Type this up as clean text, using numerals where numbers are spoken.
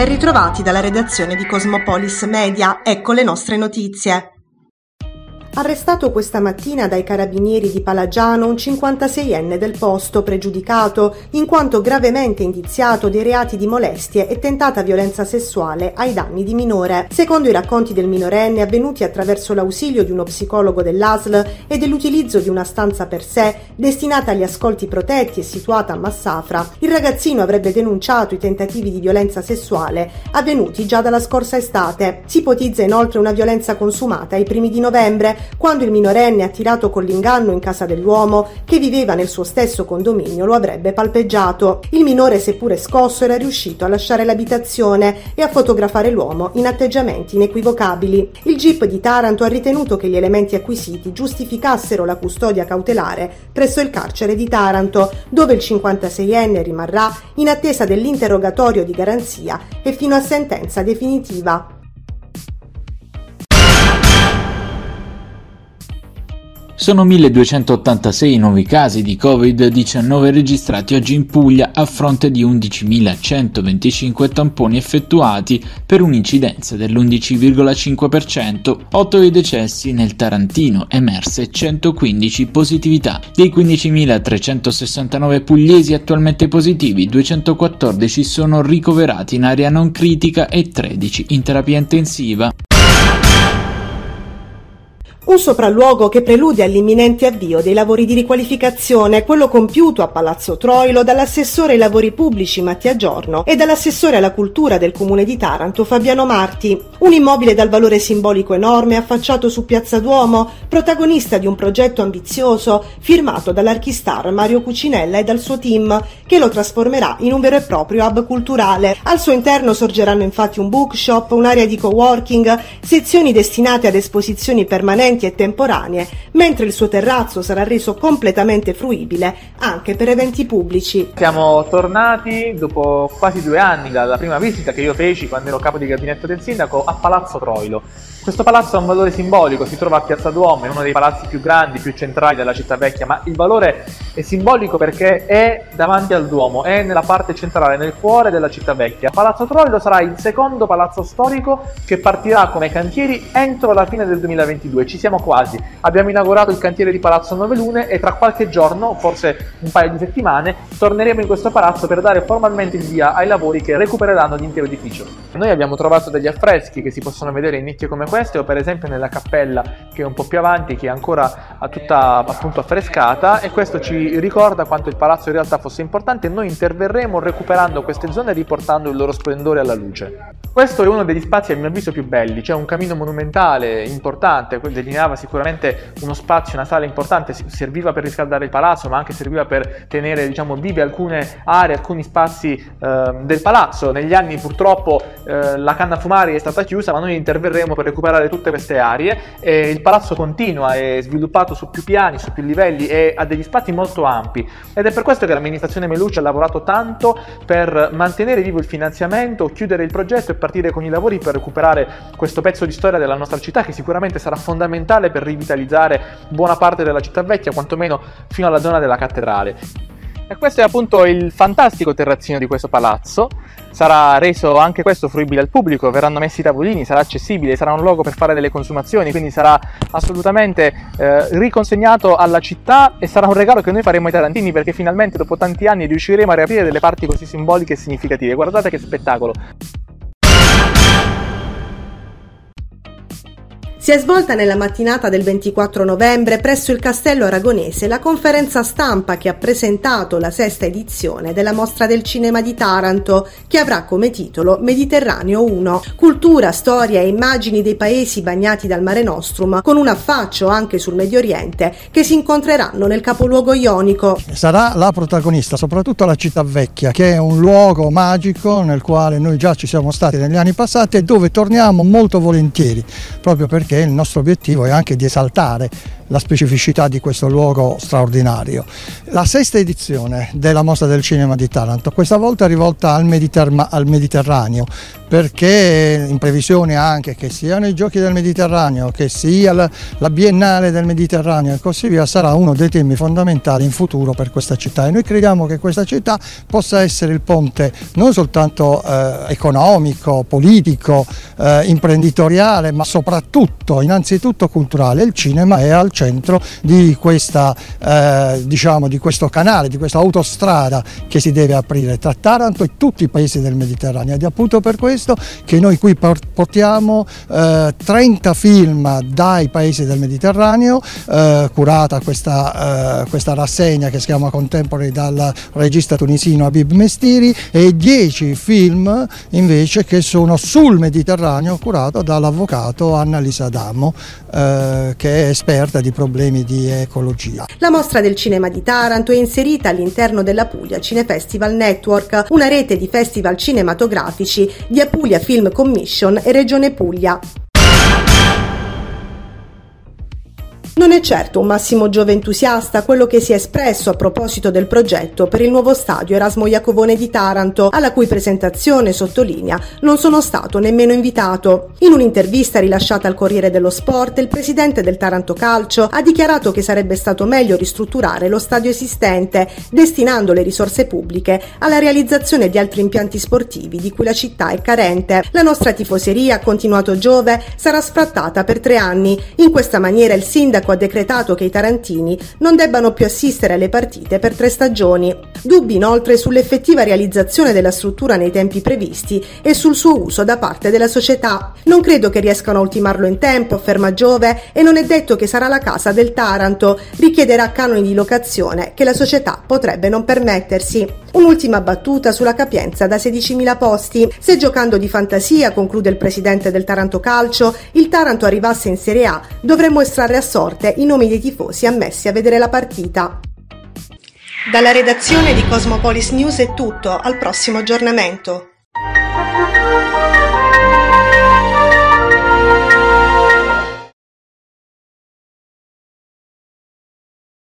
Ben ritrovati dalla redazione di Cosmopolis Media, ecco le nostre notizie. Arrestato questa mattina dai carabinieri di Palagiano un 56enne del posto pregiudicato in quanto gravemente indiziato dei reati di molestie e tentata violenza sessuale ai danni di minore. Secondo i racconti del minorenne avvenuti attraverso l'ausilio di uno psicologo dell'ASL e dell'utilizzo di una stanza per sé destinata agli ascolti protetti e situata a Massafra, il ragazzino avrebbe denunciato i tentativi di violenza sessuale avvenuti già dalla scorsa estate. Si ipotizza inoltre una violenza consumata ai primi di novembre, quando il minorenne, attirato con l'inganno in casa dell'uomo che viveva nel suo stesso condominio, lo avrebbe palpeggiato. Il minore, seppure scosso, era riuscito a lasciare l'abitazione e a fotografare l'uomo in atteggiamenti inequivocabili. Il GIP di Taranto ha ritenuto che gli elementi acquisiti giustificassero la custodia cautelare presso il carcere di Taranto, dove il 56enne rimarrà in attesa dell'interrogatorio di garanzia e fino a sentenza definitiva. Sono 1286 i nuovi casi di Covid-19 registrati oggi in Puglia a fronte di 11.125 tamponi effettuati per un'incidenza dell'11,5%, 8 i decessi nel Tarantino, emerse 115 positività. Dei 15.369 pugliesi attualmente positivi, 214 sono ricoverati in area non critica e 13 in terapia intensiva. Un sopralluogo che prelude all'imminente avvio dei lavori di riqualificazione, quello compiuto a Palazzo Troilo dall'assessore ai lavori pubblici Mattia Giorno e dall'assessore alla cultura del comune di Taranto Fabiano Marti. Un immobile dal valore simbolico enorme affacciato su Piazza Duomo, protagonista di un progetto ambizioso firmato dall'archistar Mario Cucinella e dal suo team, che lo trasformerà in un vero e proprio hub culturale. Al suo interno sorgeranno infatti un bookshop, un'area di coworking, sezioni destinate ad esposizioni permanenti e temporanee, mentre il suo terrazzo sarà reso completamente fruibile anche per eventi pubblici. Siamo tornati dopo quasi 2 anni dalla prima visita che io feci quando ero capo di gabinetto del sindaco a Palazzo Troilo. Questo palazzo ha un valore simbolico, si trova a Piazza Duomo, è uno dei palazzi più grandi, più centrali della città vecchia, ma il valore è simbolico perché è davanti al Duomo, è nella parte centrale, nel cuore della città vecchia. Palazzo Troilo sarà il secondo palazzo storico che partirà come cantieri entro la fine del 2022, ci siamo quasi. Abbiamo inaugurato il cantiere di Palazzo Nove Lune e tra qualche giorno, forse un paio di settimane, torneremo in questo palazzo per dare formalmente il via ai lavori che recupereranno l'intero edificio. Noi abbiamo trovato degli affreschi che si possono vedere in nicchie come queste, o per esempio nella cappella che è un po' più avanti, che è ancora tutta appunto affrescata, e questo ci ricorda quanto il palazzo in realtà fosse importante. Noi interverremo recuperando queste zone e riportando il loro splendore alla luce. Questo è uno degli spazi a mio avviso più belli, c'è un camino monumentale importante, delineava sicuramente uno spazio, una sala importante, serviva per riscaldare il palazzo ma anche serviva per tenere vive alcune aree, alcuni spazi del palazzo. Negli anni purtroppo la canna fumaria è stata chiusa, ma noi interverremo per recuperare tutte queste aree e il palazzo continua, è sviluppato su più piani, su più livelli e ha degli spazi molto ampi, ed è per questo che l'amministrazione Melucci ha lavorato tanto per mantenere vivo il finanziamento, chiudere il progetto e partire con i lavori per recuperare questo pezzo di storia della nostra città, che sicuramente sarà fondamentale per rivitalizzare buona parte della città vecchia, quantomeno fino alla zona della cattedrale. E questo è appunto il fantastico terrazzino di questo palazzo. Sarà reso anche questo fruibile al pubblico, verranno messi i tavolini, sarà accessibile, sarà un luogo per fare delle consumazioni, quindi sarà assolutamente riconsegnato alla città e sarà un regalo che noi faremo ai tarantini, perché finalmente dopo tanti anni riusciremo a riaprire delle parti così simboliche e significative. Guardate che spettacolo! Si è svolta nella mattinata del 24 novembre presso il Castello Aragonese la conferenza stampa che ha presentato la 6ª edizione della Mostra del Cinema di Taranto, che avrà come titolo Mediterraneo 1, cultura, storia e immagini dei paesi bagnati dal Mare Nostrum, con un affaccio anche sul Medio Oriente, che si incontreranno nel capoluogo ionico. Sarà la protagonista soprattutto la città vecchia, che è un luogo magico nel quale noi già ci siamo stati negli anni passati e dove torniamo molto volentieri, proprio perché il nostro obiettivo è anche di esaltare la specificità di questo luogo straordinario. La 6ª edizione della Mostra del Cinema di Taranto, questa volta rivolta al Mediterraneo, perché in previsione anche che siano i Giochi del Mediterraneo, che sia la Biennale del Mediterraneo e così via, sarà uno dei temi fondamentali in futuro per questa città, e noi crediamo che questa città possa essere il ponte non soltanto economico, politico, imprenditoriale, ma soprattutto, innanzitutto culturale. Il cinema è al centro di questa, di questo canale, di questa autostrada che si deve aprire tra Taranto e tutti i paesi del Mediterraneo, ed è appunto per questo che noi qui portiamo 30 film dai paesi del Mediterraneo, curata questa rassegna che si chiama Contemporary dal regista tunisino Habib Mestiri, e 10 film invece che sono sul Mediterraneo, curato dall'avvocato Annalisa Adamo, che è esperta di problemi di ecologia. La Mostra del Cinema di Taranto è inserita all'interno della Puglia Cinefestival Network, una rete di festival cinematografici di Apulia Film Commission e Regione Puglia. Non è certo un Massimo Giove entusiasta quello che si è espresso a proposito del progetto per il nuovo stadio Erasmo Iacovone di Taranto, alla cui presentazione, sottolinea, non sono stato nemmeno invitato. In un'intervista rilasciata al Corriere dello Sport, il presidente del Taranto Calcio ha dichiarato che sarebbe stato meglio ristrutturare lo stadio esistente, destinando le risorse pubbliche alla realizzazione di altri impianti sportivi di cui la città è carente. La nostra tifoseria, ha continuato Giove, sarà sfrattata per 3 anni. In questa maniera il sindaco ha decretato che i tarantini non debbano più assistere alle partite per 3 stagioni. Dubbi inoltre sull'effettiva realizzazione della struttura nei tempi previsti e sul suo uso da parte della società. Non credo che riescano a ultimarlo in tempo, afferma Giove, e non è detto che sarà la casa del Taranto. Richiederà canoni di locazione che la società potrebbe non permettersi. Un'ultima battuta sulla capienza da 16.000 posti. Se giocando di fantasia, conclude il presidente del Taranto Calcio, il Taranto arrivasse in Serie A, dovremmo estrarre a sorte i nomi dei tifosi ammessi a vedere la partita. Dalla redazione di Cosmopolis News è tutto, al prossimo aggiornamento.